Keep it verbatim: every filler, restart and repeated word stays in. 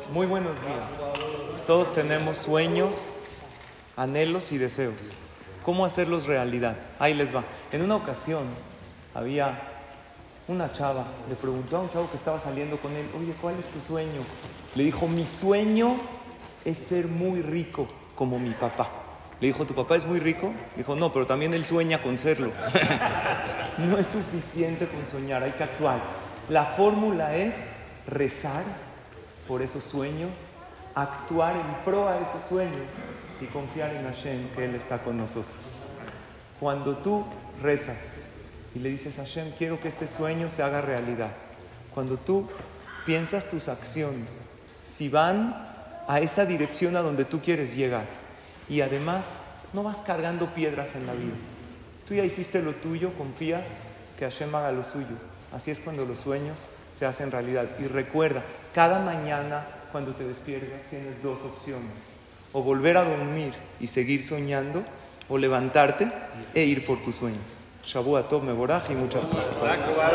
Muy buenos días. Todos tenemos sueños, anhelos y deseos. ¿Cómo hacerlos realidad? Ahí les va. En una ocasión había una chava, le preguntó a un chavo que estaba saliendo con él, oye, ¿cuál es tu sueño? Le dijo, mi sueño es ser muy rico como mi papá. Le dijo, ¿tu papá es muy rico? Dijo, no, pero también él sueña con serlo. No es suficiente con soñar, hay que actuar. La fórmula es rezar por esos sueños, actuar en pro a esos sueños y confiar en Hashem, que Él está con nosotros. Cuando tú rezas y le dices a Hashem, quiero que este sueño se haga realidad. Cuando tú piensas tus acciones, si van a esa dirección a donde tú quieres llegar, y además no vas cargando piedras en la vida. Tú ya hiciste lo tuyo, confías que Hashem haga lo suyo. Así es cuando los sueños se hacen realidad. Y recuerda, cada mañana cuando te despiertas tienes dos opciones. O volver a dormir y seguir soñando, o levantarte e ir por tus sueños. Shavua Tov Mevorach y muchas gracias.